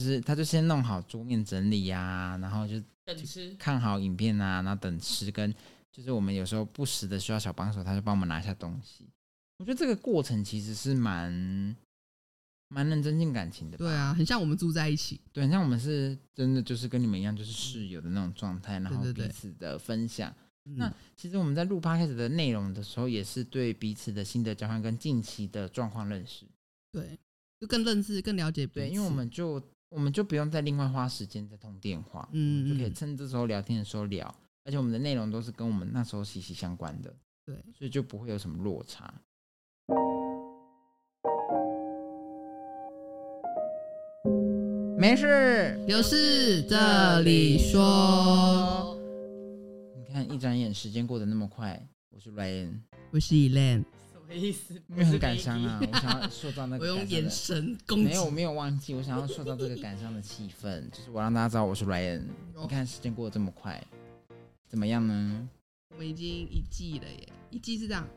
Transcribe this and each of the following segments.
就是他就先弄好桌面整理啊，然后就等吃， 看好影片啊，然后等吃，跟就是我们有时候不时的需要小帮手，他就帮我们拿一下东西。我觉得这个过程其实是蛮能增进感情的吧。 对啊，很像我们住在一起。 对，很像我们是真的就是跟你们一样，就是室友的那种状态，然后对对对彼此的分享。 嗯那其实我们在录 podcast 的内容的时候，也是对彼此的心得交换跟近期的状况认识。 对，就更认识、更了解彼此。 对，因为我们就不用再另外花时间再通电话，就可以趁这时候聊天的时候聊，而且我们的内容都是跟我们那时候息息相关的。 对， 所以就不会有什么落差。没事， 有事这里说。 你看，一转眼时间过得那么快。我是 Ryan， 我是 Elaine， 什么意思？ 因为很感伤啊，我想要塑造那个我用眼神攻击。 没有，我没有忘记，我想要塑造这个感伤的气氛，就是我让大家知道我是 Ryan。你看时间过得这么快，怎么样呢？ 我们已经一季了耶，一季是这样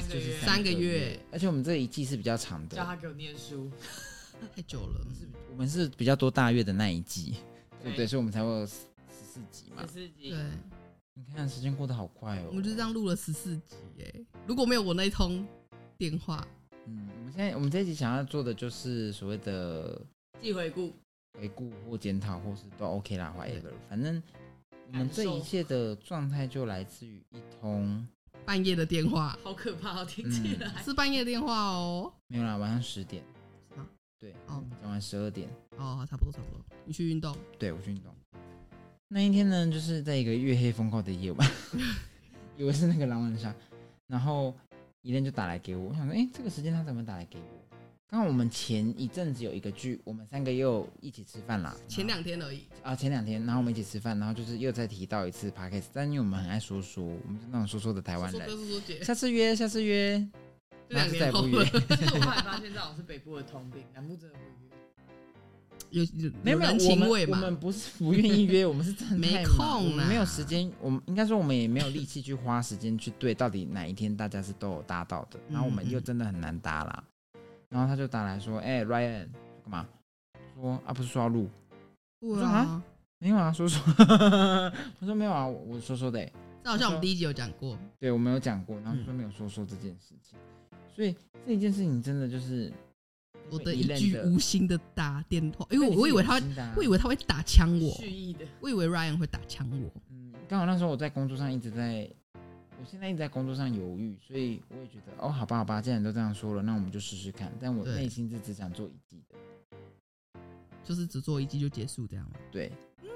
3 个月， 而且我们这一季是比较长的。 叫他给我念书， 太久了。 我们是比较多大月的那一季，对不对？所以我们才会有14集嘛。 14集， 对， 你看时间过得好快哦。 我们就这样录了14集耶。如果没有我那一通电话， 我们这一集想要做的就是所谓的记回顾或检讨，或是都 OK 啦 ，whatever。反正我们这一切的状态就来自于一通半夜的电话， 好可怕哦，听起来。 是半夜的电话哦。 没有啦，晚上10点。 啊， 对， 哦， 讲完12点。 哦，差不多。你去运动？ 对，我去运动。那一天呢，就是在一个月黑风高的夜晚，以为是那个狼人杀，然后伊莲就打来给我，我想说，这个时间他怎么打来给我？刚好我们前一阵子有一个剧，我们3个又一起吃饭啦。 前2天而已啊，前2天，然后我们一起吃饭，然后就是又再提到一次 podcast， 但因为我们很爱说书，我们是那种说的台湾人，下次约，下次约，然后就再也不约。 但是我后来发现，这好像是北部的通病，南部真的不约。 有人情味嘛？ 我们不是不愿意约，我们是真的没空啦， 没有时间。我们应该说，我们也没有力气去花时间去对到底哪一天大家是都有搭到的，然后我们又真的很难搭啦。然后他就打来说：“Ryan， 干嘛？”说啊，不是说要录？我说啊，没有啊，说。我说没有啊，我说的。 这好像我们第一集有讲过。 对，我们有讲过，然后就说没有说这件事情。所以这件事情真的就是。 我的一句无心的打电话，因为我以为他会打枪我， 蓄意的， 我以为 Ryan 会打枪我。 刚好那时候我在工作上我现在一直在工作上犹豫，所以我也觉得好吧，既然都这样说了，那我们就试试看。但我内心是只想做1季的， 就是只做1季就结束这样吗？ 对，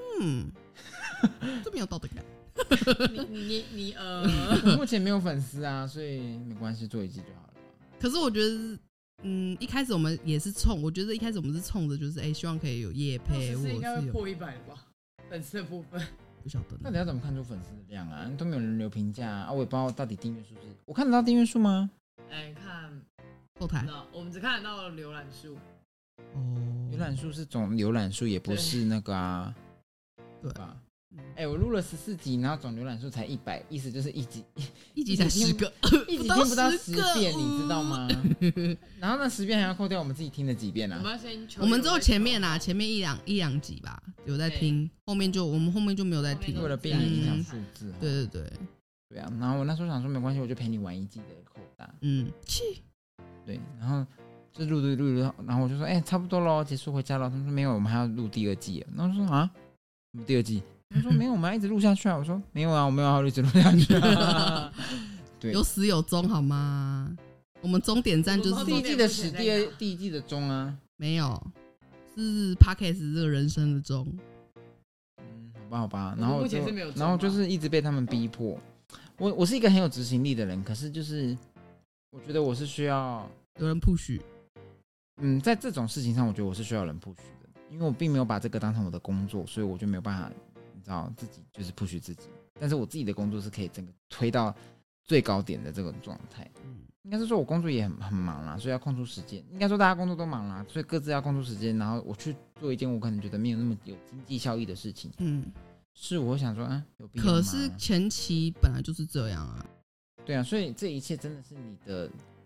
这没有道德感。 你我目前没有粉丝啊，所以没关系，做1季就好了。 可是我觉得。一开始我们也是我觉得一开始我们是冲着就是希望可以有业配，或者是应该会破100了吧？粉丝的部分不晓得。 那你要怎么看出粉丝的量啊？都没有人留评价啊！我也不知道到底订阅数是，我看得到订阅数吗？ 看后台， 我们只看得到浏览数。 浏览数是总浏览数，也不是那个啊， 对吧？我录了14集，然后总浏览数才100，意思就是一集才10个， 一集听不到10遍，你知道吗？然后那10遍还要扣掉我们自己听了几遍啊？ 我们只有前面一两集吧有在听，我们后面就没有在听， 为了避免影响数字。对啊，然后我那时候想说没关系，我就陪你玩1季的扣打。对，然后就录，然后我就说差不多咯，结束回家了。他们说没有，我们还要录第2季。然后说啊，什么第2季？他说没有，我们要一直录下去啊。我说没有啊，我没有要一直录下去啊。对， 有始有终好吗？我们终点站就是第1季的始，第1季的终啊。 没有，是 Podcast 这个人生的终。 好吧。然后就是一直被他们逼迫。我是一个很有执行力的人，可是就是我觉得我是需要有人 push。 在这种事情上，我觉得我是需要人 push 的，因为我并没有把这个当成我的工作，所以我就没有办法。你知道自己就是 push 自己，但是我自己的工作是可以整个推到最高点的这个状态。应该是说我工作也很忙啦，所以要空出时间。应该说大家工作都忙啦，所以各自要空出时间，然后我去做一件我可能觉得没有那么有经济效益的事情。是我会想说有必要吗？ 可是前期本来就是这样啊。 对啊，所以这一切真的是你的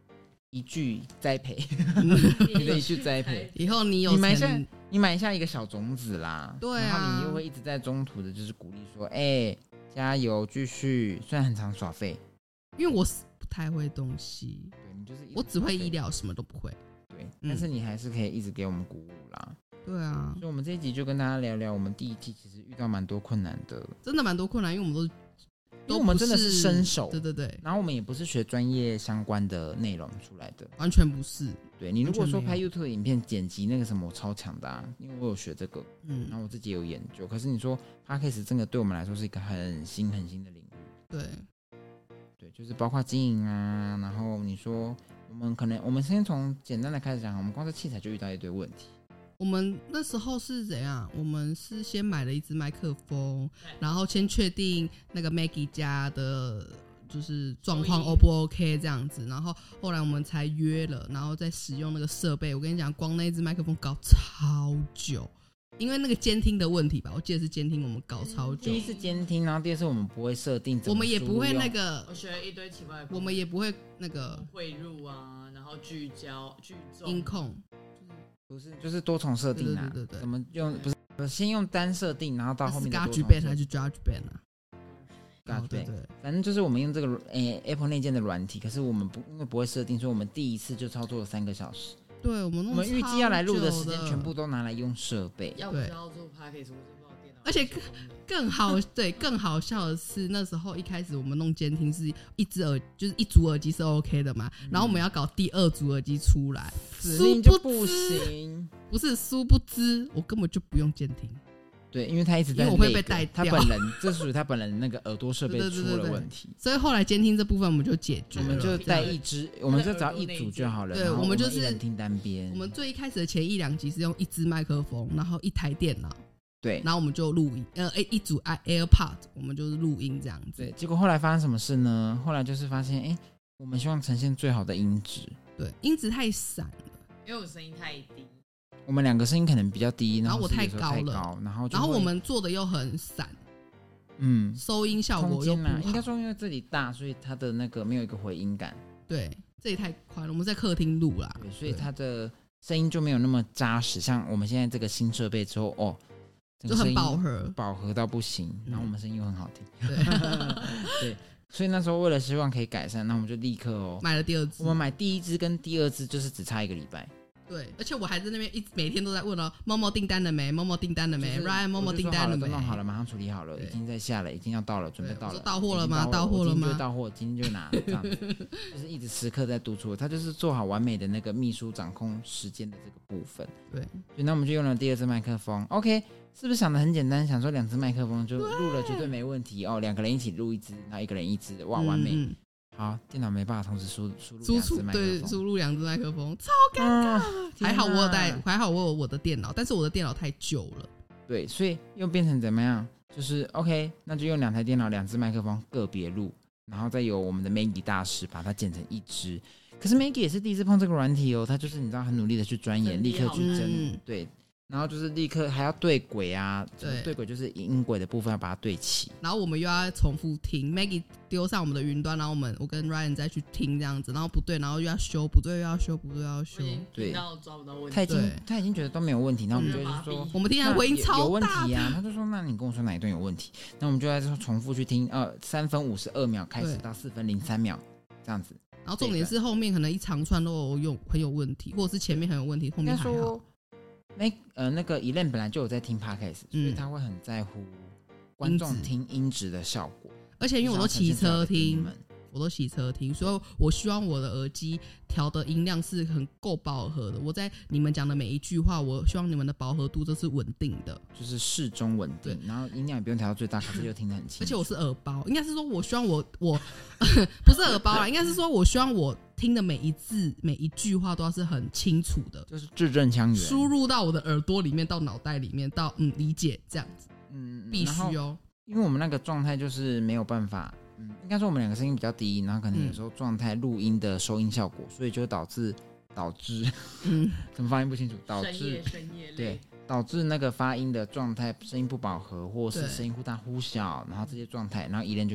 一句栽培， 你你的一句栽培。 以后你有你买下一个小种子啦， 对啊， 然后你又会一直在中途的，就是鼓励说，加油，继续。虽然很常耍废， 因为我不太会东西， 对你就是我只会医疗，什么都不会。 对，但是你还是可以一直给我们鼓舞啦。 对啊， 所以我们这一集就跟大家聊聊，我们第一季其实遇到蛮多困难的， 真的蛮多困难，因为我们因为我们真的是新手， 对对对， 然后我们也不是学专业相关的内容出来的， 完全不是。 对，你如果说拍 YouTube 影片剪辑那个什么，我超强的啊，因为我有学这个，然后我自己也有研究。可是你说 Podcast 真的对我们来说是一个很新的领域，对，就是包括经营啊，然后你说我们先从简单的开始讲，我们光是器材就遇到一堆问题。 我们那时候是怎样？我们是先买了一支麦克风，然后先确定那个 Maggie 家的就是状况 O 不 OK 这样子，然后后来我们才约了，然后再使用那个设备。我跟你讲，光那一支麦克风搞超久，因为那个监听的问题吧，我记得是监听，我们搞超久。 第一是监听，然后第二是我们不会设定， 我们也不会那个， 我学了一堆奇怪的， 我们也不会那个汇入啊，然后聚焦、聚重、 音控。 不是，就是多重设定啊， 对， 怎么用？不是，先用单设定，然后到后面的多重设定。 GarageBand 还是 GarageBand 啊 ？GarageBand， 对， 反正就是我们用这个Apple 内建的软体，可是我们因为不会设定，所以我们第一次就操作了3个小时。 对，我们预计要来录的时间全部都拿来用设备。 要不是要做 Podcast， 我真不知道电脑。 而且更好笑的是，那时候一开始我们弄监听是就是一组耳机是 OK 的嘛，然后我们要搞第2组耳机出来， 指令就不行。 不是，殊不知我根本就不用监听。 对，因为他一直在， 因为我会被带掉。 这属于他本人那个耳朵设备出了问题， 所以后来监听这部分我们就解决了， 我们就带一支，我们就只要一组就好了。 对，我们就是一人听单边。 我们最一开始的前1-2集是用一支麦克风，然后一台电脑。 对， 然后我们就录音，一组 AirPod， 我们就是录音这样子。 对，结果后来发生什么事呢？后来就是发现，我们希望呈现最好的音质。 对，音质太散了， 因为我声音太低。 我们2个声音可能比较低， 然后我太高了， 然后我们做的又很散，收音效果又不好。 应该说因为这里大，所以它的那个没有一个回音感。 对，这里太宽了，我们在客厅录啦， 对，所以它的声音就没有那么扎实。像我们现在这个新设备之后， 就很饱和到不行，然后我们声音又很好听。 对， 对，所以那时候为了希望可以改善，那我们就立刻买了第2支。 我们买第1支跟第2支就是只差1个礼拜。 对，而且我还在那边每天都在问哦，猫猫订单了没？猫猫订单了没 ？Ryan 猫猫订单了没？ 都弄好了，马上处理好了，已经在下了，已经要到了，准备到了。 到货了吗？到货了吗？ 到货，今天就拿，这样子，就是一直时刻在督促他，就是做好完美的那个秘书掌控时间的这个部分。 对， 所以那我们就用了第2支麦克风。OK， 是不是想的很简单？想说2支麦克风就录了绝对没问题哦，2个人一起录1支，然后1个人1支，哇，完美。好，电脑没办法同时输入2支麦克风， 对，输入2支麦克风，超尴尬。还好我有我的电脑，但是我的电脑太旧了。 对，所以又变成怎么样？就是 OK， 那就用2台电脑、2支麦克风个别录，然后再由我们的 Maggie 大师把它剪成1支。可是 Maggie 也是第一次碰这个软体哦，他就是你知道很努力的去钻研，立刻去争，对。然后就是立刻还要对轨啊，对轨就是音轨的部分要把它对齐， 然后我们又要重复听 Maggie 丢上我们的云端，然后我跟 Ryan 再去听这样子，然后不对，然后又要修，不对又要修，不对又要修， 对，抓不到问题， 他已经觉得都没有问题，然后我们就说我们听起来回音超大， 有问题啊，他就说那你跟我说哪一段有问题，那我们就在这重复去听，3分52秒开始到4分03秒这样子， 然后重点是后面可能一长串都很有问题，或者是前面很有问题，后面还好。 那个 Elaine 本来就有在听 Podcast， 所以他会很在乎观众听音质的效果。 而且因为我都骑车听，所以我希望我的耳机调的音量是很够饱和的。我在你们讲的每一句话，我希望你们的饱和度都是稳定的， 就是适中稳定，然后音量也不用调到最大，可是又听得很清楚。 而且我是耳包，应该是说我希望我不是耳包啦，应该是说我希望我听的每一字每一句话都要是很清楚的， 就是字正腔圆， 输入到我的耳朵里面，到脑袋里面，到理解这样子，必须哦。 因为我们那个状态就是没有办法，应该说我们2个声音比较低，然后可能有时候状态录音的收音效果，所以就导致怎么发音不清楚， 深夜对，导致那个发音的状态声音不饱和，或是声音忽大忽小，然后这些状态，然后Elaine就说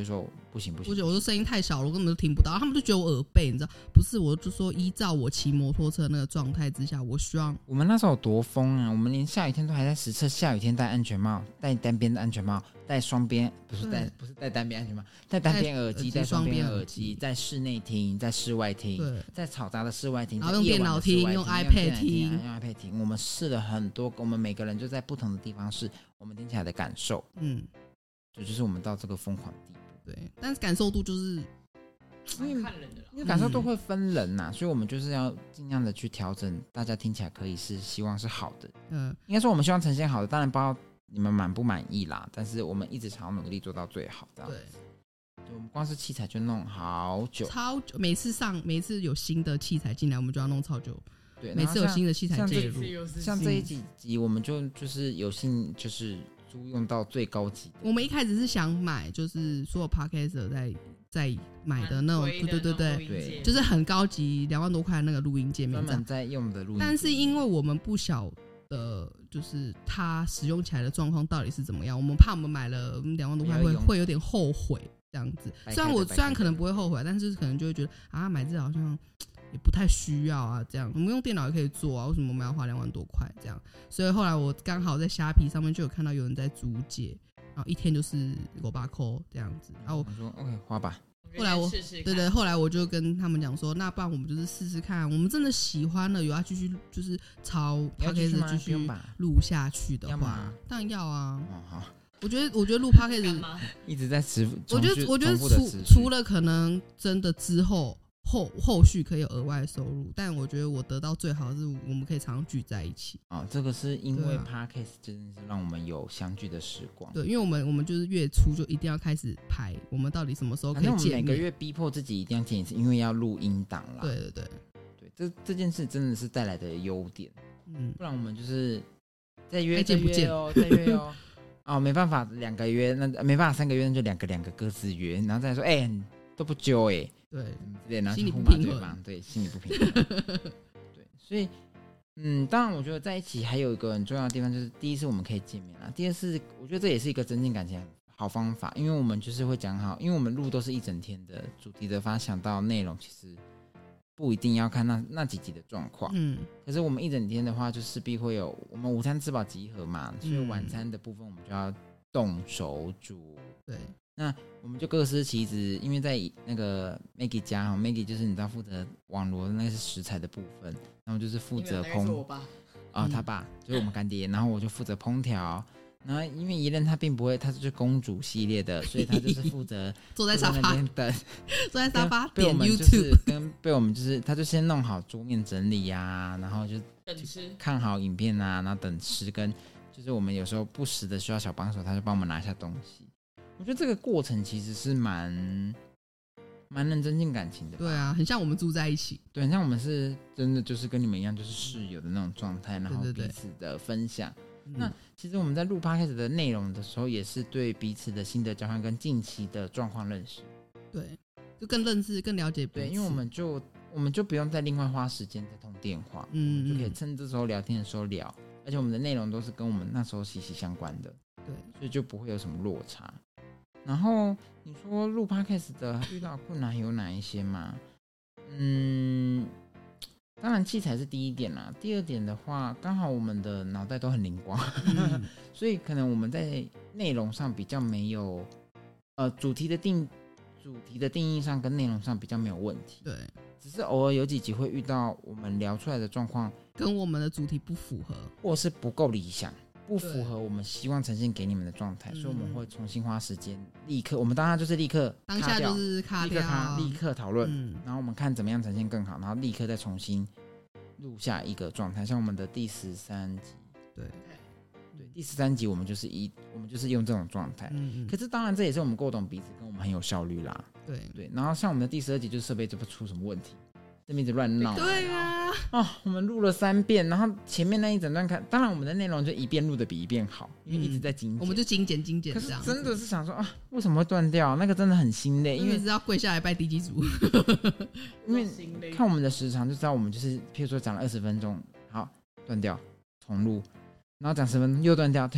不行， 我觉得我说声音太小了，我根本就听不到，他们就觉得我耳背，你知道？不是，我就说依照我骑摩托车那个状态之下，我希望我们那时候有多疯啊！我们连下雨天都还在实测，下雨天戴安全帽，戴单边的安全帽，戴双边不是戴单边安全帽，戴单边耳机，戴双边耳机，在室内听，在室外听，在嘈杂的室外听， 然后用电脑听，用 iPad 听， 用 iPad 听。我们试了很多，我们每个人就在不同的地方试我们听起来的感受。这就是我们到这个疯狂的地步。 对，但是感受度就是看人的啦， 因为感受度会分人呐，所以我们就是要尽量的去调整，大家听起来可以是希望是好的。应该说我们希望呈现好的，当然不知道你们满不满意啦，但是我们一直想要努力做到最好这样子。对，我们光是器材就弄好久， 超久，每次有新的器材进来，我们就要弄超久。 对， 每次有新的器材介入， 像这一集我们就是有幸就是租用到最高级的。 我们一开始是想买，就是所有 Podcaster 在买的那种，对，就是很高级，2万多块那个录音界面， 专门在用的录音。 但是因为我们不晓得，就是它使用起来的状况到底是怎么样，我们怕我们买了2万多块会有点后悔这样子。虽然可能不会后悔，但是可能就会觉得啊，买这好像也不太需要啊，这样我们用电脑也可以做啊，为什么我们要花2万多块这样？所以后来我刚好在虾皮上面就有看到有人在租借，然后一天就是5-8块这样子。然后我说 OK 花吧。 后来后来我就跟他们讲说，那不然我们就是试试看，我们真的喜欢了，有要继续就是朝 Podcast 继续录下去的话，当然要啊。好，我觉得录 Podcast 一直在我觉得除了可能真的之后续可以有额外的收入，但我觉得我得到最好的是我们可以常常聚在一起。 这个是因为 Podcast 真的是让我们有相聚的时光。 对，因为我们就是月初就一定要开始排，我们到底什么时候可以见面。 反正我们每个月逼迫自己一定要见一次，因为要录音档啦。 对， 这件事真的是带来的优点。不然我们就是再约见不见哦，再约哦。没办法2个月，那没办法3个月，那就两个各自约，然后再说都不揪对，然后心里不平衡， 对，心里不平衡。对，所以当然我觉得在一起还有一个很重要的地方，就是第一是我们可以见面啦，第二是我觉得这也是一个增进感情的好方法，因为我们就是会讲好，因为我们录都是一整天的主题的发想到内容，其实不一定要看那几集的状况。可是我们一整天的话，就势必会有我们午餐吃饱集合嘛，所以晚餐的部分我们就要动手煮。 对。 那我们就各司其职，因为在那个 Maggie 家，Maggie 就是你知道负责网罗的那是食材的部分，然后就是负责他爸就是我们干爹，然后我就负责烹调。然后因为宜人他并不会，他是公主系列的，所以他就是负责坐在沙发等， 坐在沙发点 YouTube， 被我们就是他就先弄好桌面整理啊，然后就等吃， 看好影片啊，然后等吃，跟就是我们有时候不时的需要小帮手，他就帮我们拿一下东西。我觉得这个过程其实是蛮能增进感情的。 对啊，很像我们住在一起。 对，很像我们是真的就是跟你们一样，就是室友的那种状态，然后彼此的分享。那其实我们在录 podcast 的内容的时候，也是对彼此的心得交换跟近期的状况认识。 对，就更认识、更了解彼此。 对，因为我们就不用再另外花时间再通电话，就可以趁这时候聊天的时候聊，而且我们的内容都是跟我们那时候息息相关的。 对， 所以就不会有什么落差。然后你说录 podcast 的遇到困难有哪一些吗？当然器材是第一点啦，第二点的话，刚好我们的脑袋都很灵光，所以可能我们在内容上比较没有，主题的定义上跟内容上比较没有问题。 对， 只是偶尔有几集会遇到我们聊出来的状况跟我们的主题不符合， 或是不够理想。不符合我们希望呈现给你们的状态，所以我们会重新花时间，我们当下就是立刻当下就是卡掉， 立刻讨论，然后我们看怎么样呈现更好，然后立刻再重新录下一个状态。像我们的第13集，对，第13集我们就是用这种状态。可是当然这也是我们够懂彼此，跟我们很有效率啦。对，然后像我们的第12集就是设备就不出什么问题。这边一直乱闹， 对啊， 我们录了3遍，然后前面那一整段看，当然我们的内容就一遍录的比一遍好，因为一直在精简， 我们就精简可是真的是想说为什么会断掉？那个真的很心累，因为是要跪下来拜地基主。 因为看我们的时长就知道，我们就是譬如说讲了20分钟，好断掉重录，然后讲10分钟又断掉，对，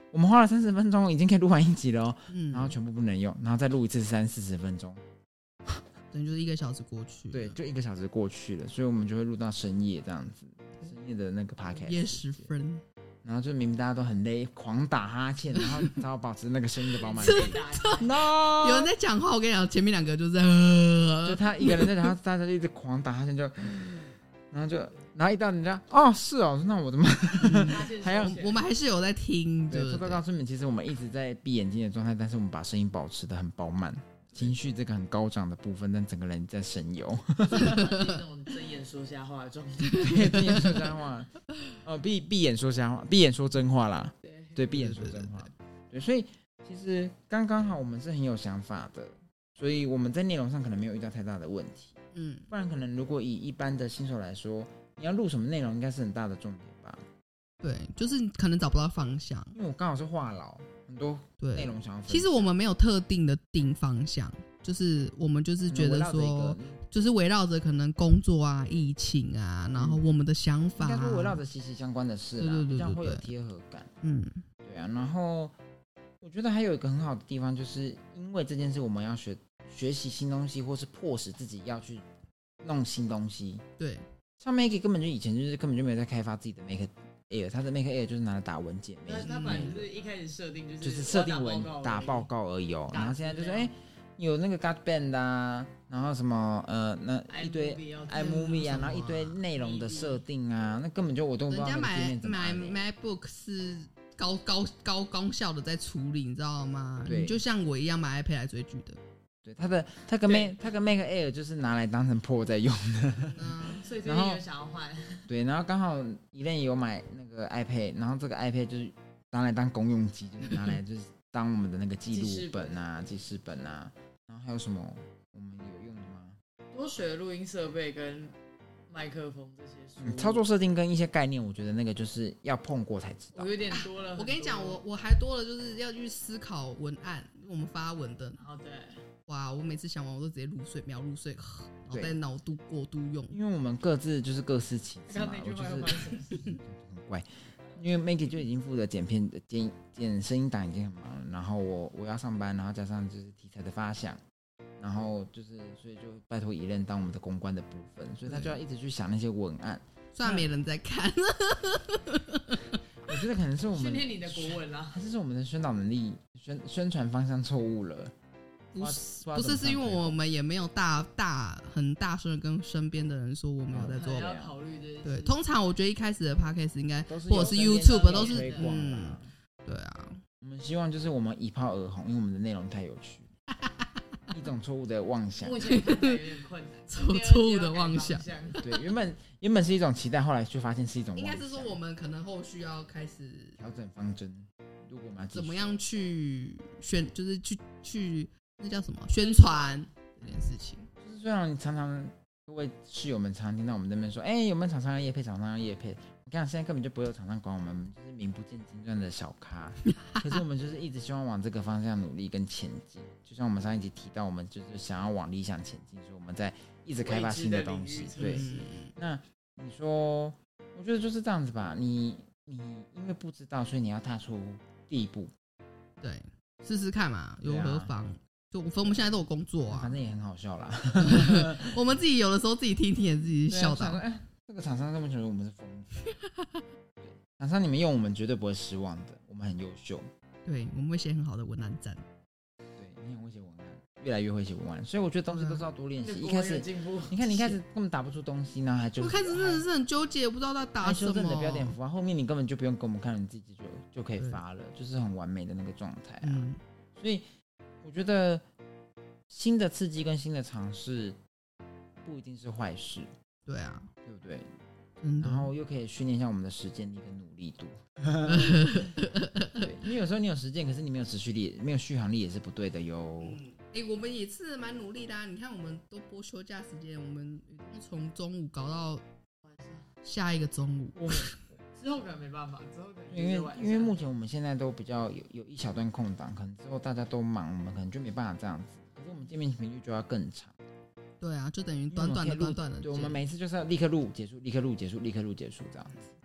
我们花了30分钟，已经可以录完一集了哦。 嗯， 然后全部不能用，然后再录一次30-40分钟， 等于就是1个小时过去了， 对，就1个小时过去了，所以我们就会录到深夜这样子，深夜的那个 podcast， 夜10分， 然后就明明大家都很累，狂打哈欠，然后只好保持那个声音的饱满度。No， 有人在讲话，我跟你讲，前面2个就是就他一个人在讲，大家就一直狂打哈欠，然后一到人家哦是哦，那我怎么还要？ 我们还是有在听， 对，偷偷告诉你们，其实我们一直在闭眼睛的状态，但是我们把声音保持的很饱满，情绪这个很高涨的部分，但整个人在神游， 那种睁眼说瞎话的状态。 对，闭眼说瞎话，闭眼说瞎话，闭眼说真话啦，对，闭眼说真话，对，所以其实刚刚好，我们是很有想法的，所以我们在内容上可能没有遇到太大的问题，不然可能如果以一般的新手来说，你要录什么内容，应该是很大的重点吧？ 对，就是可能找不到方向， 因为我刚好是话痨，很多内容想要分享。 其实我们没有特定的定方向，就是我们就是觉得说，就是围绕着可能工作啊、疫情啊，然后我们的想法、啊， 应该说围绕着息息相关的事啦，这样会有贴合感。对啊。然后我觉得还有一个很好的地方，就是因为这件事，我们要学习新东西，或是迫使自己要去弄新东西。 对。 像 Make 根本就以前就是根本就没有在开发自己的 Make Air， 他的 Make Air 就是拿来打文件， 他本来就是一开始设定就是设定文打报告而已哦，然后现在就是有那个 GarageBand 啊，然后什么那一堆 iMovie 啊，然后一堆内容的设定啊，那根本就我都不知道那个界面怎么按。 人家买 MacBook 是高功效的在处理，你知道吗？ 对， 你就像我一样买 iPad 来追剧的。 对，它跟 Mac Air 就是拿来当成 Pro 在用的。 所以最近有想要换。对， 然后刚好Elaine也有买那个 iPad， 然后这个 iPad 就是拿来当公用机，就是拿来就是当我们的那个记录本啊、记事本啊。然后还有什么我们有用的吗？ 多学录音设备跟麦克风这些操作设定跟一些概念，我觉得那个就是要碰过才知道。 我有点多了。 我跟你讲，我还多了，就是要去思考文案，我们发文的。 对。 哇！我每次想完，我都直接秒入睡，然后在脑度过度用。 因为我们各自就是各司其职嘛，我就是很怪。因为 Maggie 就已经负责剪声音档已经很忙了，然后我要上班，然后加上就是题材的发想，然后就是所以就拜托Elaine当我们的公关的部分，所以他就要一直去想那些文案。 虽然没人在看， 我觉得可能是我们训练你的国文啦， 还是我们的宣导能力、宣传方向错误了。 不是，是因为我们也没有很大声的跟身边的人说我们有在做。 要考虑这些。 对，通常我觉得一开始的 podcast 应该或者是 YouTube 都是对啊。 我们希望就是我们一炮而红，因为我们的内容太有趣。一种错误的妄想， 目前看起来有点困难。 错误的妄想， 对，原本是一种期待，后来就发现是一种妄想。 应该是说我们可能后续要开始调整方针，如果我们怎么样去就是去那叫什么宣传这件事情。 就是虽然常常各位室友们常常听到我们那边说，有没有厂商要业配，厂商要业配。我跟你讲，现在根本就不会有厂商管我们，就是名不见经传的小咖。可是我们就是一直希望往这个方向努力跟前进。就像我们上一集提到，我们就是想要往理想前进，所以我们在一直开发新的东西。对，那你说，我觉得就是这样子吧。你因为不知道，所以你要踏出第一步。 对，试试看嘛，有何妨？就我们现在都有工作啊， 反正也很好笑啦。 我们自己有的时候自己听听也自己笑到。 这个厂商根本觉得我们是疯子。厂商你们用我们绝对不会失望的，我们很优秀。 对，我们会写很好的文案站。 对，你很会写文案，越来越会写文案，所以我觉得东西都是要多练习。一开始你看你一开始根本打不出东西，然后还就我开始真的是很纠结，我不知道在打什么。 修正你的标点符号，后面你根本就不用给我们看，你自己就可以发了，就是很完美的那个状态啊。所以我觉得新的刺激跟新的尝试不一定是坏事。 对啊， 对不对？然后又可以训练一下我们的实践力跟努力度。对，因为有时候你有实践，可是你没有持续力，没有续航力也是不对的哟。 我们也是蛮努力的啊！你看，我们都播休假时间，我们从中午搞到晚上，下一个中午。 之后可能没办法，之后可能因为目前我们现在都比较有一小段空档，可能之后大家都忙，我们可能就没办法这样子。可是我们见面频率就要更长。 对啊，就等于短短的。 对，我们每次就是要立刻录结束，立刻录结束，立刻录结束这样子。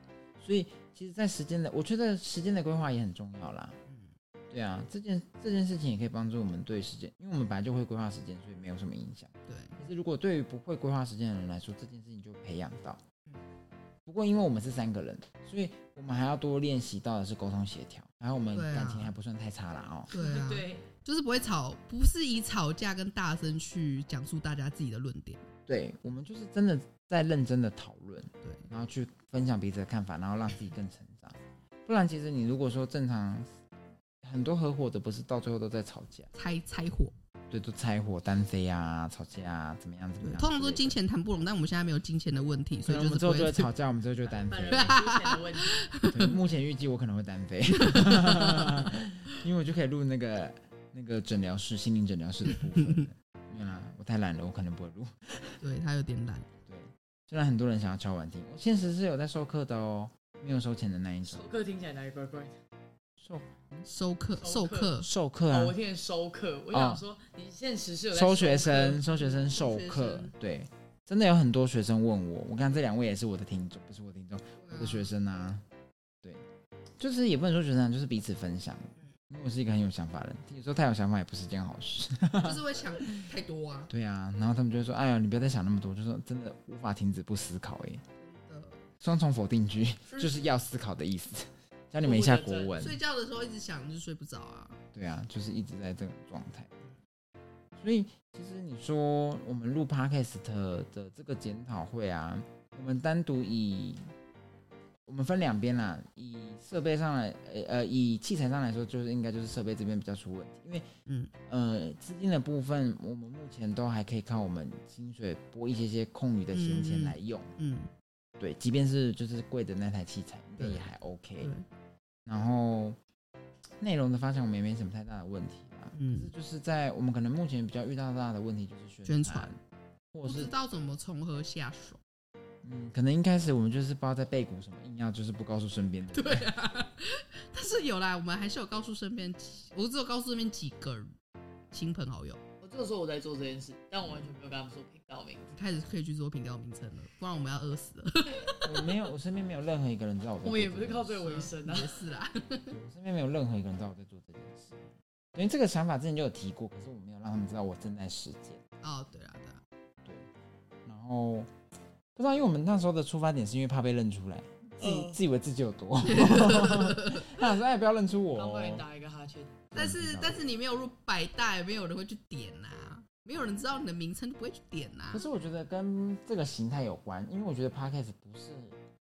所以其实，在时间的，我觉得时间的规划也很重要啦。对啊，这件事情也可以帮助我们对时间，因为我们本来就会规划时间，所以没有什么影响。 对， 可是如果对于不会规划时间的人来说，这件事情就培养到。不过因为我们是3个人，所以我们还要多练习到的是沟通协调，然后我们感情还不算太差啦哦。 对啊， 对， 就是不会吵，不是以吵架跟大声去讲述大家自己的论点。 对，我们就是真的在认真的讨论， 对， 然后去分享彼此的看法，然后让自己更成长。不然，其实你如果说正常，很多合伙的不是到最后都在吵架， 拆伙， 对，都拆伙单飞啊，吵架啊，怎么样怎么样。 通常都金钱谈不拢，但我们现在没有金钱的问题，所以就是我们之后就会吵架，我们之后就会单飞。 本人没出钱的问题。 对，目前预计我可能会单飞，因为我就可以录那个诊疗室、心灵诊疗室的部分了。没有啦，我太懒了，我可能不会录。 对他有点懒。 对，虽然很多人想要敲碗听，我现实是有在授课的哦，没有收钱的那一种。 授课听起来哪里怪怪的？ 授课啊！ 我听成收课，我想说你现实是有在收学生授课，对，真的有很多学生问我，我看这2位也是我的听众，不是我的听众，我的学生啊，对，就是也不能说学生，就是彼此分享。因为我是一个很有想法的人，有时候太有想法也不是件好事， 就是会想太多啊。 对啊，然后他们就会说：“哎呀，你不要再想那么多。”就说真的无法停止不思考，双重否定句就是要思考的意思。教你们一下国文。 睡觉的时候一直想就睡不着啊。 对啊，就是一直在这种状态。所以其实你说我们录 Podcast 的这个检讨会啊，我们单独我们分2边啦，以设备上来，以器材上来说，就是应该就是设备这边比较出问题，因为资金的部分，我们目前都还可以靠我们薪水拨一些空余的闲钱来用，对，即便是就是贵的那台器材，应该也还 OK。然后内容的发展我们也没什么太大的问题啦，可是就是在我们可能目前比较遇到大的问题就是宣传，或者是不知道怎么从何下手。 可能一开始我们就是不知道在背鼓什么，硬要就是不告诉身边的人。 对啊，但是有啦，我们还是有告诉身边，我只有告诉身边几个亲朋好友。 我这个时候我在做这件事，但我完全没有跟他们说频道名字。 开始可以去做频道名称了，不然我们要饿死了。 我身边没有任何一个人知道我在做这件事。 我们也不是靠这个为生啊。 也是啦。 我身边没有任何一个人知道我在做这件事。因为这个想法之前就有提过，可是我没有让他们知道我正在实践。 哦，对啊。 对，然后不知道，因为我们那时候的出发点是因为怕被认出来，自以为自己有多。他想说：“哎，不要认出我。” 刚帮你打一个哈欠。 但是你没有入百大，也没有人会去点呐、没有人知道你的名称就不会去点呐、 可是我觉得跟这个形态有关，因为我觉得 Podcast 不是，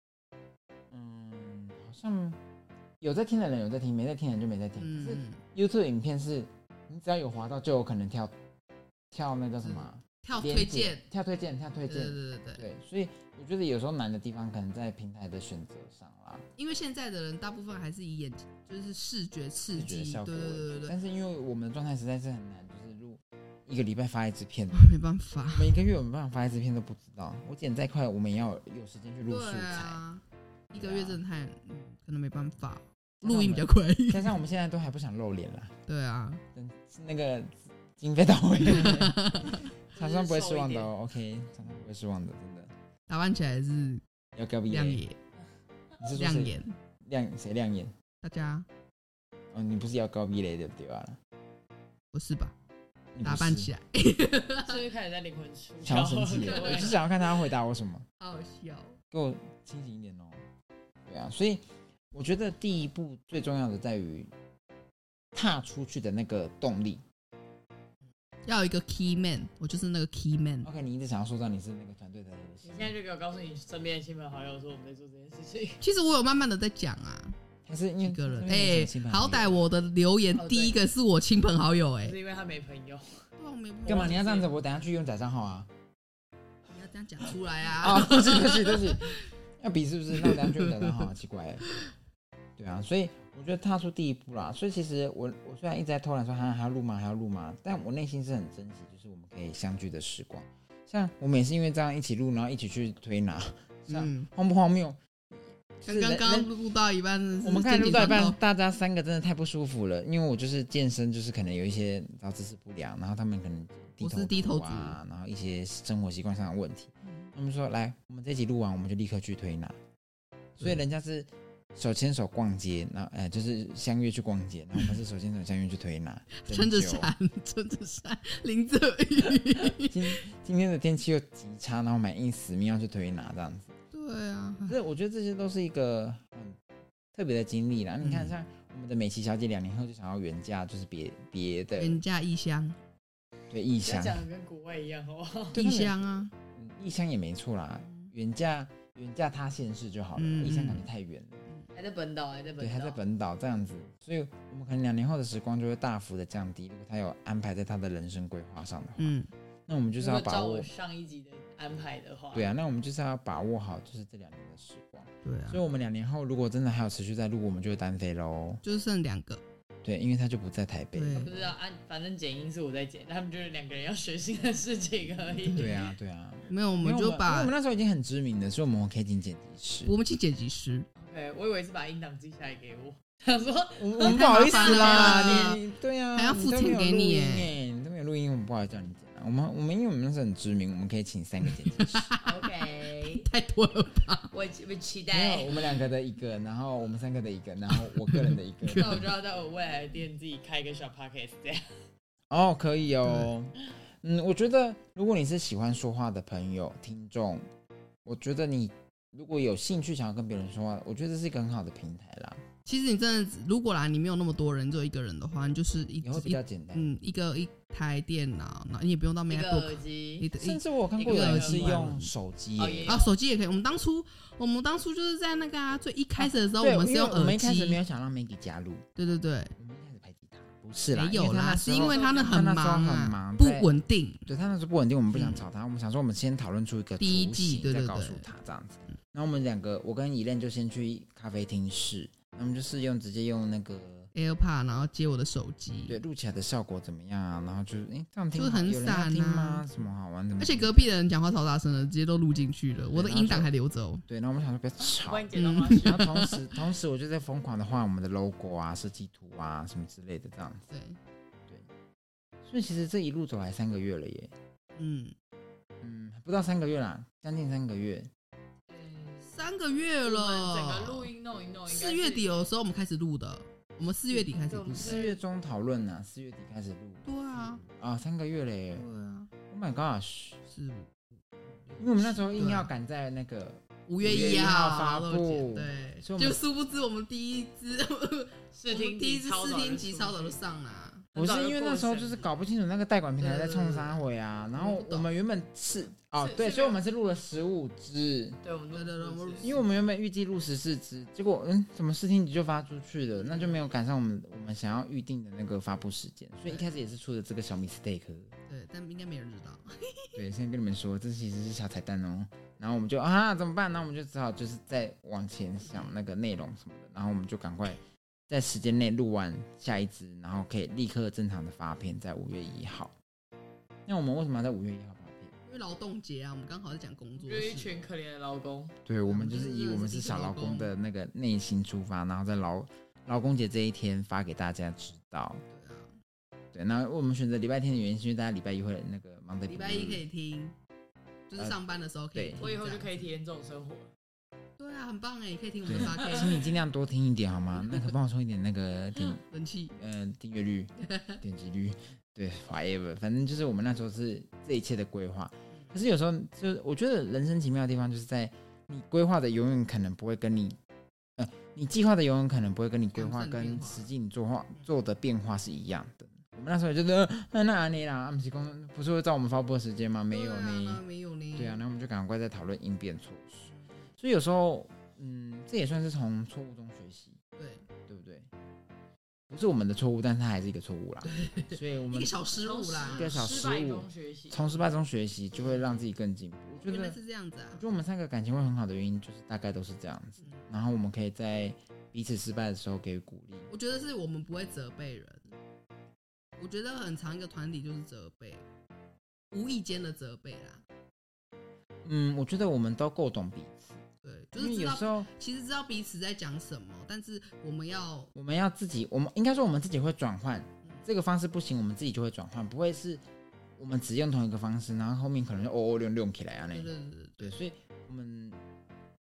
好像有在听的人有在听，没在听的人就没在听。可是 YouTube 影片是，你只要有滑到，就有可能跳那叫什么？ 跳推荐。 对，所以我觉得有时候难的地方可能在平台的选择上啦。 因为现在的人大部分还是以眼就是视觉刺激， 效果对。 但是因为我们的状态实在是很难，就是录1个礼拜发1支片， 没办法。 我们1个月有没有办法发1支片都不知道。我剪再快，我们也要有时间去录素材。 啊，1个月真的太，可能没办法。录音比较快， 加上我们现在都还不想露脸啦。 对啊， 等那个经费到位。厂商不会失望的哦 ，OK， 厂商不会失望的，真的。 打扮起来是要高比亮眼，亮眼， 谁亮眼？ 大家。 哦，你不是要高比雷的对吧？ 不是吧？打扮起来， 是不是开始在灵魂出想要生气了？我就想要看他回答我什么。 好笑， 给我清醒一点哦。对啊，所以我觉得第一步最重要的在于踏出去的那个动力。 要有一个 key man， 我就是那个 key man。 OK， 你一直想要说到你是那个团队的核心， 你现在就给我告诉你身边的亲朋好友说我们在做这件事情。 其实我有慢慢的在讲啊， 还是因为一个人好歹我的留言第一个是我亲朋好友是因为他没朋友。 对啊，我没朋友。 干嘛你要这样子？我等下去用假账号啊！ 你要这样讲出来啊！ 啊，对不起，要比是不是？那我等下去用假账号啊，奇怪。对啊，所以我觉得踏出第一步啦。所以其实我虽然一直在偷懒说还要录吗？但我内心是很珍惜，就是我们可以相聚的时光。像我们也是因为这样一起录，然后一起去推拿，荒不荒谬？ 刚录到一半， 我们看录到一半，大家3个真的太不舒服了。因为我就是健身，就是可能有一些姿势不良，然后他们可能低头族啊，然后一些生活习惯上的问题。他们说来，我们这集录完，我们就立刻去推拿。 所以人家是手牵手逛街，然后就是相约去逛街，然后我们是手牵手相约去推拿， 撑着伞，淋着雨。 今天的天气又极差，然后我们硬死命要去推拿这样子。 对啊， 我觉得这些都是一个很特别的经历啦。你看，像我们的美琪小姐2年后就想要远嫁，就是别的远嫁异乡， 对异乡， 讲的跟国外一样，好不好？ 异乡啊， 异乡也没错啦，远嫁他县市就好了，异乡感觉太远了。 还在本岛， 对，还在本岛这样子，所以我们可能2年后的时光就会大幅的降低。如果他有安排在他的人生规划上的话，那我们就是要把握上一集的安排的话， 对啊，那我们就是要把握好，就是这2年的时光。 对啊， 所以我们2年后如果真的还有持续在录，我们就会单飞喽， 就是剩2个。 对，因为他就不在台北。 不知道反正剪音是我在剪，他们就是2个人要学新的事情而已。 对啊，对啊， 没有，我们就把因为我们那时候已经很知名的，所以我们可以请剪辑师。 我们请剪辑师。 OK， 我以为是把音档记下来给我，想说我们不好意思啦，你对啊， 还要付钱给你耶，你都没有录音，我们不好意思叫你剪啊。我们因为我们那时候很知名，我们可以请3个剪辑师。 OK， 太多了吧？ 我期待。 没有，我们2个的一个，然后我们3个的一个，然后我个人的一个。 那我就要在我未来的店自己开一个小 podcast 这样。 哦，可以哦。我觉得如果你是喜欢说话的朋友、听众，我觉得你如果有兴趣想要跟别人说话，我觉得这是一个很好的平台啦。 其实你真的，如果你没有那么多人，只有1个人的话，你就是也会比较简单。 一台电脑，你也不用到 MacBook， 耳机， 甚至我看过有人是用手机耶。 手机也可以。我们当初就是在那个最一开始的时候，我们是用耳机。 我们一开始没有想让 Maggie 加入。 对对对。 我们一开始排挤他，不是啦， 没有啦，是因为他很忙，不稳定。 对，他那时候不稳定，我们不想吵他，我们想说我们先讨论出一个第1季， 再告诉他这样子。然后我们2个，我跟Elaine就先去咖啡厅试，我们就试用直接用那个 AirPod， 然后接我的手机， 对，录起来的效果怎么样啊？然后就是这样听就是很散啊， 听吗？什么好玩的？ 而且隔壁的人讲话超大声的，直接都录进去了，我的音档还留着哦。 对，然后我们想说不要吵，然后同时我就在疯狂的画我们的 logo 啊、设计图啊什么之类的这样子。 对， 所以其实这一路走来3个月了耶。不到3个月啦，将近3个月。 3个月了， 整个录音弄一弄 ，4月底有时候我们开始录的，我们4月底开始录 ，4月中讨论啊，4月底开始录。 对啊 ，3个月嘞。 对啊 ，Oh my gosh， 是， 因为我们那时候硬要赶在那个 5月1号发布， 对，就殊不知我们第一支试听集超早就上了。 不是因为那时候就是搞不清楚那个代管平台在冲啥回啊，然后我们原本是对，所以我们是录了15支， 对，我们因为我们原本预计录14支，结果怎么试听集就发出去了，那就没有赶上我们想要预定的那个发布时间，所以一开始也是出了这个小 mistake。 对，但应该没人知道。 对，先跟你们说，这其实是小彩蛋哦。然后我们就怎么办？那我们就只好就是再往前想那个内容什么的，然后我们就赶快在时间内录完下一支，然后可以立刻正常的发片，在5月1号。那我们为什么要在5月1号发片？ 因为劳动节啊，我们刚好在讲工作， 就是一群可怜的劳工。 对，我们就是以我们是小劳工的那个内心出发，然后在劳工节这一天发给大家知道。对，那我们选择礼拜天的原因是因为大家礼拜1会那个忙的， 礼拜1可以听，就是上班的时候可以听。 我以后就可以体验这种生活。 对啊，很棒哎，可以听我们的 podcast。 请你尽量多听一点好吗？那可帮我充一点那个人气， 订阅率、点击率，对 ，whatever， 反正就是我们那时候是这一切的规划。可是有时候就是我觉得人生奇妙的地方，就是在你规划的永远可能不会跟你，你计划的永远可能不会跟你规划跟实际你做的变化是一样的。我们那时候也就是那安妮啦，不是会照我们发布的时间吗？没有呢， 没有呢。 对啊，然后我们就赶快在讨论应变措施。所以有时候，这也算是从错误中学习，对不对？不是我们的错误，但是它还是一个错误啦。所以我们一个小失误啦， 一个小失误，从失败中学习，就会让自己更进步。我觉得是这样子啊。 我觉得我们3个感情会很好的原因，就是大概都是这样子。然后我们可以在彼此失败的时候给予鼓励。 我觉得是我们不会责备人。我觉得很长一个团体就是责备，无意间的责备啦。 我觉得我们都够懂彼此。 对，就是有时候其实知道彼此在讲什么，但是我们要自己，我们应该说我们自己会转换，这个方式不行，我们自己就会转换，不会是我们只用同一个方式，然后后面可能就用起来啊那。 对， 所以我们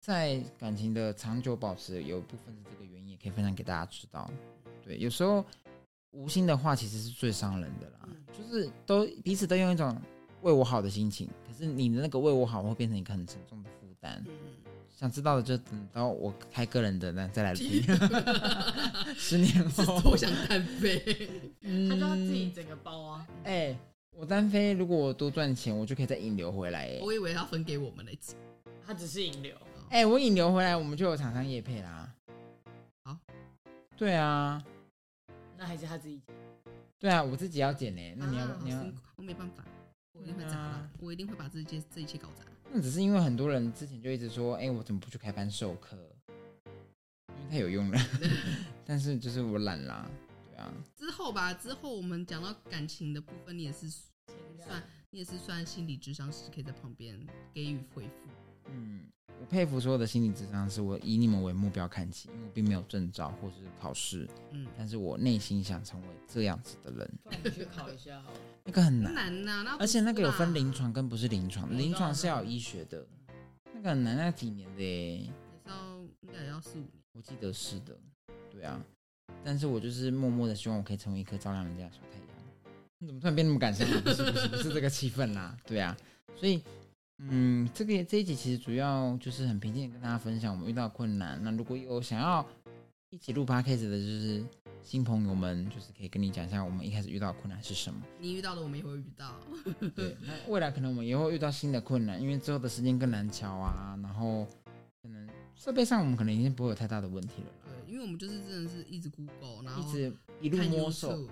在感情的长久保持，有一部分是这个原因，也可以分享给大家知道。对，有时候无心的话其实是最伤人的啦，就是彼此都用一种为我好的心情，可是你的那个为我好会变成一个很沉重的负担。想知道的就等到我开个人的再来听。10年后多想单飞， 他就要自己整个包啊。 我单飞，如果我多赚钱，我就可以再引流回来。 我以为他分给我们那他只是引流。 我引流回来，我们就有厂商业配啦。 好， 对啊， 那还是他自己剪。 对啊，我自己要剪呢。那你要， 我没办法，我一定会砸，我一定会把这一切搞砸。 那只是因为很多人之前就一直说，我怎么不去开班授课？因为太有用了。但是就是我懒啦，对啊。 之后我们讲到感情的部分，你也是算心理咨商师，可以在旁边给予回复。 我佩服所有的心理咨商师，我以你们为目标看齐，因为我并没有证照或是考试，但是我内心想成为这样子的人。 不然你去考一下好了。 那个很难，而且那个有分临床跟不是临床，临床是要有医学的，那个很难，那几年的耶， 应该也要4-5年， 我记得是的，对啊。但是我就是默默的希望我可以成为一颗照亮人家的小太阳。你怎么突然变那么感伤了？不是这个气氛啦，对啊。所以这一集其实主要就是很平静的跟大家分享我们遇到的困难。那如果有想要一起录 podcast 的，就是新朋友们，就是可以跟你讲一下我们一开始遇到的困难是什么。 你遇到的我们也会遇到。 对，那未来可能我们也会遇到新的困难，因为之后的时间更难瞧啊，然后可能设备上我们可能已经不会有太大的问题了啦。 对，因为我们就是真的是一直 Google， 然后一路摸索。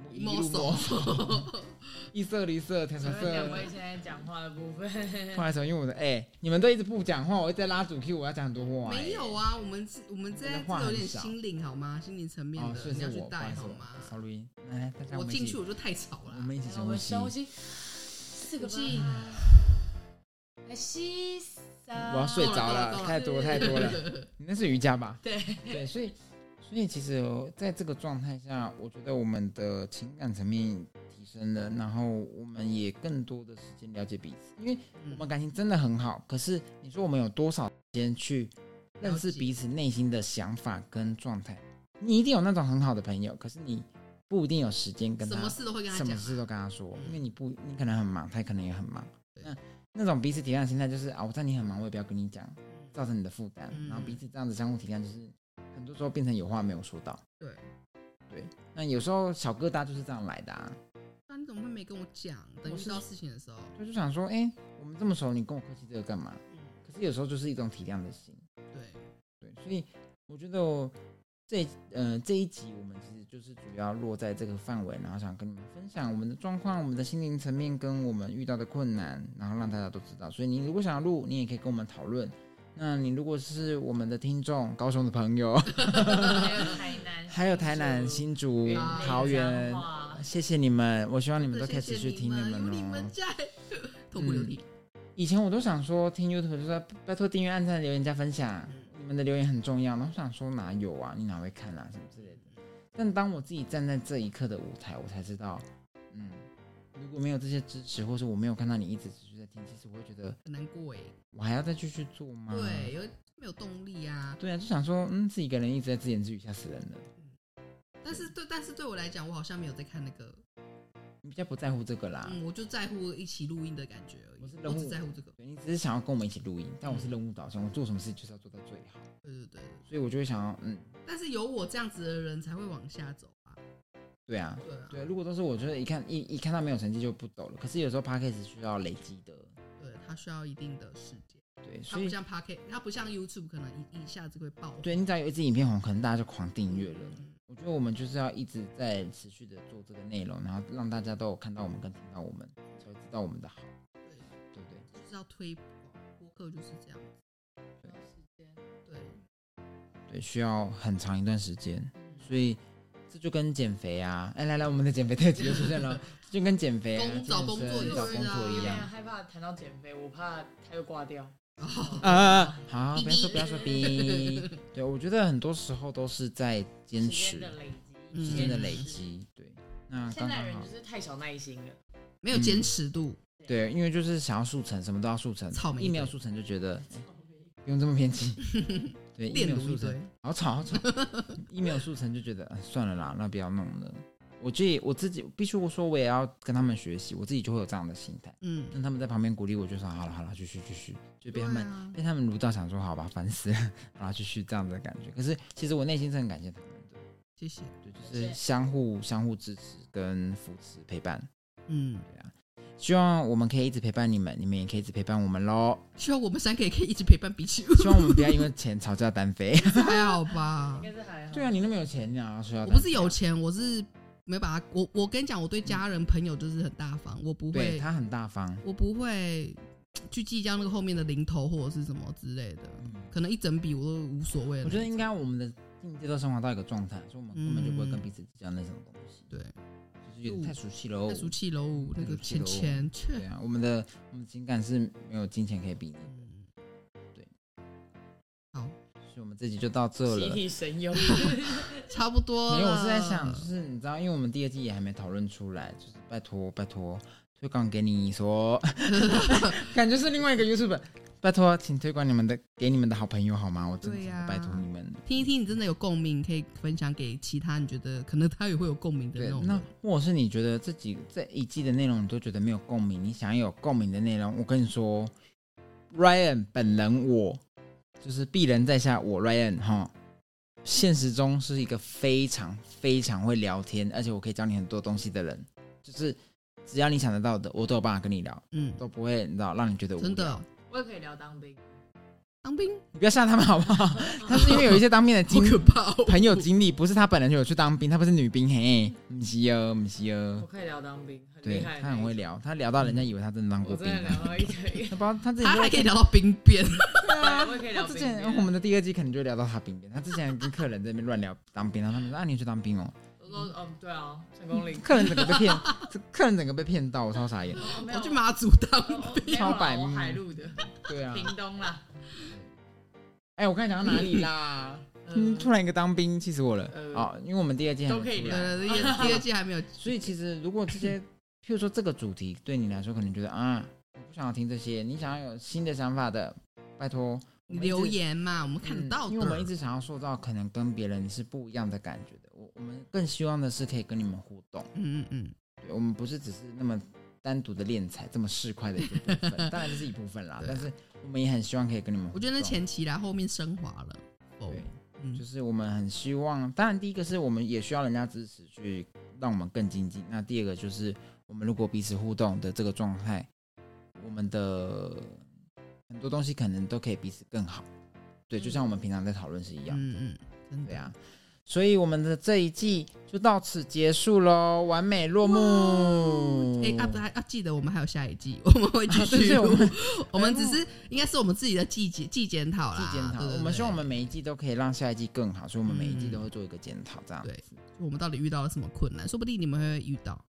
一色离色调色。 两位现在讲话的部分， 不好意思，因为我的你们都一直不讲话，我一直在拉主 Q， 我要讲很多话。 没有啊，我们这有点心灵好吗？心灵层面的，你要去带好吗 ？Sorry， 来大家， 我进去我就太吵了。 我们一起深呼吸 ，4个气，吸3。 我要睡着了，太多了。你那是瑜伽吧？ 对， 所以其实在这个状态下，我觉得我们的情感层面提升了，然后我们也更多的时间了解彼此，因为我们感情真的很好。可是你说我们有多少时间去认识彼此内心的想法跟状态？你一定有那种很好的朋友，可是你不一定有时间跟他什么事都会跟他讲， 什么事都跟他说，因为你可能很忙，他可能也很忙。那种彼此体谅的心态就是我知道你很忙，我也不要跟你讲，造成你的负担。然后彼此这样子相互体谅，就是很多时候变成有话没有说到。对，那有时候小疙瘩就是这样来的啊。 那你怎么会没跟我讲？等遇到事情的时候， 就想说，我们这么熟，你跟我客气这个干嘛？可是有时候就是一种体谅的心。对，所以我觉得这一集我们其实就是主要落在这个范围，然后想跟你们分享我们的状况、我们的心灵层面跟我们遇到的困难，然后让大家都知道。所以你如果想要录，你也可以跟我们讨论。那你如果是我们的听众，高雄的朋友，还有台南、新竹、桃园，谢谢你们，我希望你们都可以持续听你们哦。 你们在痛不流涕。 以前我都想说听 YouTube 就说拜托订阅、按赞、留言加分享，你们的留言很重要。然后我想说哪有啊，你哪会看啊什么之类的。但当我自己站在这一刻的舞台，我才知道，如果没有这些支持，或是我没有看到你一直持续在听，其实我会觉得很难过我还要再继续做吗？ 对，没有动力啊。 对啊，就想说，自己一个人一直在自言自语，吓死人了。 但是对我来讲，我好像没有在看那个。 你比较不在乎这个啦。 我就在乎一起录音的感觉而已。我只在乎这个。 对，你只是想要跟我们一起录音，但我是任务导向，我做什么事就是要做到最好。 对。 所以我就会想要， 但是有我这样子的人才会往下走啊。 对啊，如果都是我觉得一看到没有成绩就不走了。可是有时候 podcast 需要累积的， 对，它需要一定的时间。 对，所以它不像 YouTube 可能一下子会爆红。 对，你只要有一支影片红，可能大家就狂订阅了。我觉得我们就是要一直在持续的做这个内容，然后让大家都有看到我们跟听到我们，才会知道我们的好。对不对？ 就是要推广播客就是这样子。 对，需要很长一段时间，所以这就跟减肥啊，来，我们的减肥特辑就出现了，就跟减肥啊、 找工作一样。 害怕谈到减肥，我怕他又挂掉。 好，不要说逼。对，我觉得很多时候都是在坚持时间的累积。对，那现在人就是太少耐心了， 没有坚持度。 对，因为就是想要速成，什么都要速成，一没有速成就觉得不用这么偏激。对，email 速成好吵，email 速成就觉得算了啦，那不要弄了。我自己必须说，我也要跟他们学习，我自己就会有这样的心态。那他们在旁边鼓励我，就说好了，继续，就被他们撸到，想说好吧，烦死了，然后继续这样的感觉。可是其实我内心是很感谢他们的， 谢谢。 对，就是相互支持跟扶持陪伴。对啊。希望我们可以一直陪伴你们，你们也可以一直陪伴我们咯。 希望我们3个也可以一直陪伴彼此。 希望我们不要因为钱吵架单飞。 还好吧？ 应该是还好。 对啊，你那么有钱，你要说要单飞。 我不是有钱，我是没把他。我跟你讲，我对家人朋友就是很大方，我不会。 对，他很大方， 我不会去计较那个后面的零头或者是什么之类的。可能一整笔我都无所谓。 我觉得应该我们的境界都升华到一个状态，所以我们根本就不会跟彼此计较那种东西。 对。 有点太俗气喽， 那个钱， 对啊，我们的情感是没有金钱可以比拟的。对， 好， 所以我们这集就到这了。 集体神游， 差不多了。 没有，我是在想，就是你知道，因为我们第2季也还没讨论出来，就是拜托推广给你说，感觉是另外一个 YouTube。拜托，请推广给你们的好朋友好吗？我真的拜托你们听一听，你真的有共鸣，可以分享给其他你觉得可能他也会有共鸣的那种。 那或者是你觉得这一季的内容你都觉得没有共鸣，你想要有共鸣的内容，我跟你说 ，Ryan 本人我就是鄙人在下，我 Ryan 哈，现实中是一个非常非常会聊天，而且我可以教你很多东西的人，就是只要你想得到的，我都有办法跟你聊，都不会你知道让你觉得无聊。 真的。 我也可以聊当兵， 你不要吓他们好不好？他是因为有一些当兵的好可怕朋友经历，不是他本人就有去当兵，他不是女兵，嘿，不是哦。 我可以聊当兵，很厉害。 对，他很会聊，他聊到人家以为他真的当过兵。 我真的聊到一堆， 他还可以聊到兵变。 对啊，我也可以聊兵变。 我们的第2季可能就会聊到他兵变，他之前跟客人在那边乱聊当兵，然后他们说你去当兵哦。 我说对啊，成功岭。 客人整个被骗，客人整个被骗到，我超傻眼。 我去马祖当兵， 超白目， 海陆的。对啊，屏东啦。 我刚才讲到哪里啦？突然一个当兵，气死我了。因为我们第2季都可以聊， 第2季还没有。 所以其实如果这些，譬如说这个主题对你来说，可能觉得我不想要听这些，你想要有新的想法的，拜托留言嘛，我们看得到的。 因为我们一直想要塑造可能跟别人是不一样的感觉的，我们更希望的是可以跟你们互动。对，我们不是只是那么单独的练财这么市侩的一个部分，当然这是一部分啦，但是我们也很希望可以跟你们互动。 我觉得那前期啦，后面升华了。 对，就是我们很希望，当然第一个是我们也需要人家支持去让我们更精进，那第二个就是我们如果彼此互动的这个状态，我们的很多东西可能都可以彼此更好。对，就像我们平常在讨论是一样的。对啊，所以我们的这一季就到此结束咯，完美落幕。 要记得我们还有下一季，我们会继续录。我们只是应该是我们自己的季检讨啦。 季检讨，我们希望我们每一季都可以让下一季更好，所以我们每一季都会做一个检讨，这样子。 对，我们到底遇到了什么困难？说不定你们会遇到。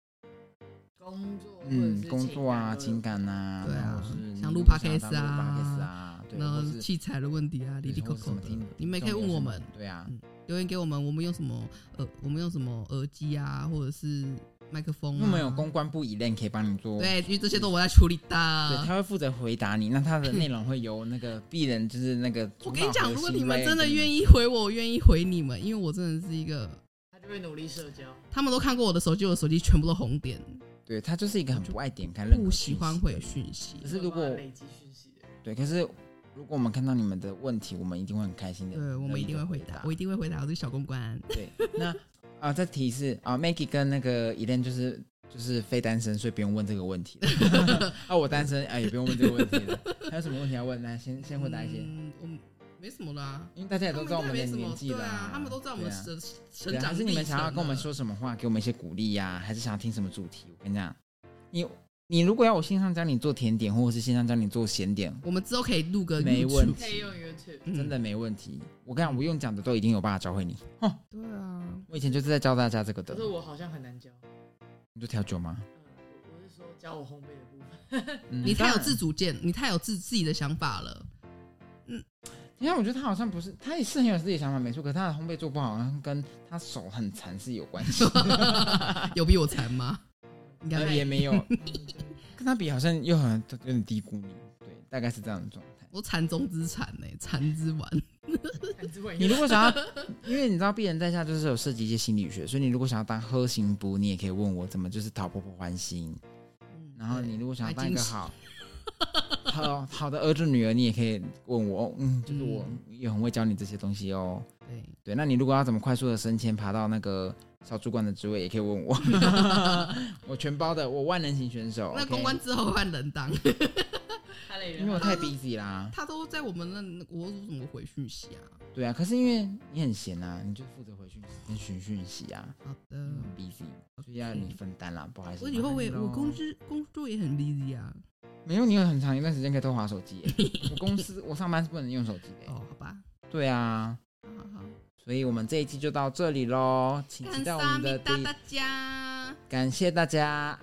工作啊，情感啊， 对啊，像录 podcast 啊，然后器材的问题啊，哩哩扣扣的，你们也可以问我们。 对啊， 留言给我们，我们用什么耳机啊，或者是麦克风啊。 我们有公关部Elaine可以帮你做。 对，因为这些都我在处理的。 对，他会负责回答你，那他的内容会由那个鄙人，就是那个。 我跟你讲，如果你们真的愿意回我，我愿意回你们，因为我真的是一个。 他就会努力社交。 他们都看过我的手机，我的手机全部都红点。 对，他就是一个很不爱点开任何不喜欢回讯息。 可是如果累积讯息的人， 对，可是如果我们看到你们的问题，我们一定会很开心的。 对，我们一定会回答，我一定会回答，我是小公关。 对，那再提示Maggie 跟那个 Elaine 就是非单身，所以不用问这个问题了。我单身也不用问这个问题了。还有什么问题要问？来，先回答一些。 没什么啦， 因为大家也都知道我们的年纪了， 他们都知道我们的成长。 还是你们想要跟我们说什么话，给我们一些鼓励呀？还是想要听什么主题？我跟你讲，你如果要我线上教你做甜点，或者是线上教你做咸点， 我们之后可以录个 YouTube， 没问题， 可以用 YouTube， 真的没问题。我跟你讲，我用讲的都一定有办法教会你。 对啊， 我以前就是在教大家这个的。 可是我好像很难教。 你就调酒吗？ 我是说教我烘焙的部分。 你太有自主见，你太有自己的想法了。 因为我觉得他好像不是，他也是很有自己的想法，没错。可是他的烘焙做不好，好像跟他手很残是有关系。 有比我残吗？应该也没有，跟他比好像又有点低估你。对，大概是这样的状态。 我惨中之惨呢，惨之丸。 你如果想要，因为你知道鄙人在下就是有涉及一些心理学，所以你如果想要当喝行补，你也可以问我怎么就是讨婆婆欢心。然后你如果想要当一个好的儿子女儿，你也可以问我，就是我也很会教你这些东西哦。对，那你如果要怎么快速的升迁，爬到那个小主管的职位，也可以问我，我全包的，我万能型选手。 那公关之后换人当， 因为我太 busy 啦。 他都在我们那，我怎么回讯息啊？ 对啊，可是因为你很闲啊，你就负责回讯息跟讯息啊。 好的， 很 busy， 所以要你分担啦，不好意思。 我以后我工作也很 busy 啊。 没有，你有很长一段时间可以偷滑手机耶。我上班是不能用手机的。 哦，好吧。 对啊。 好。 所以我们这一期就到这里咯，请期待我们的感谢大家，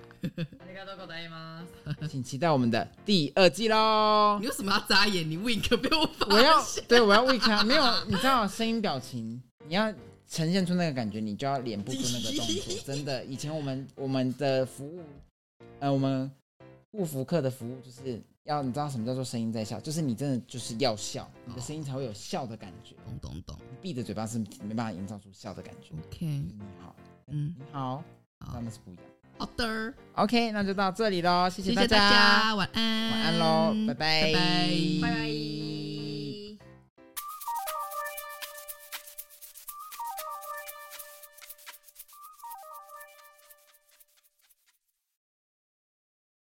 请期待我们的第2季咯。 你为什么要眨眼？你 wink 被我发现。 我要 wink 啊！没有，你知道声音表情，你要呈现出那个感觉，你就要脸部做那个动作。真的，以前我们的服务，我们护肤课的服务就是要你知道什么叫做声音在笑，就是你真的就是要笑，你的声音才会有笑的感觉。 懂。 你闭着嘴巴是没办法营造出笑的感觉。 OK， 你好，你好，那是不一样。 好的 ，OK， 那就到这里咯，谢谢大家， 晚安， 晚安咯，拜拜， 拜拜。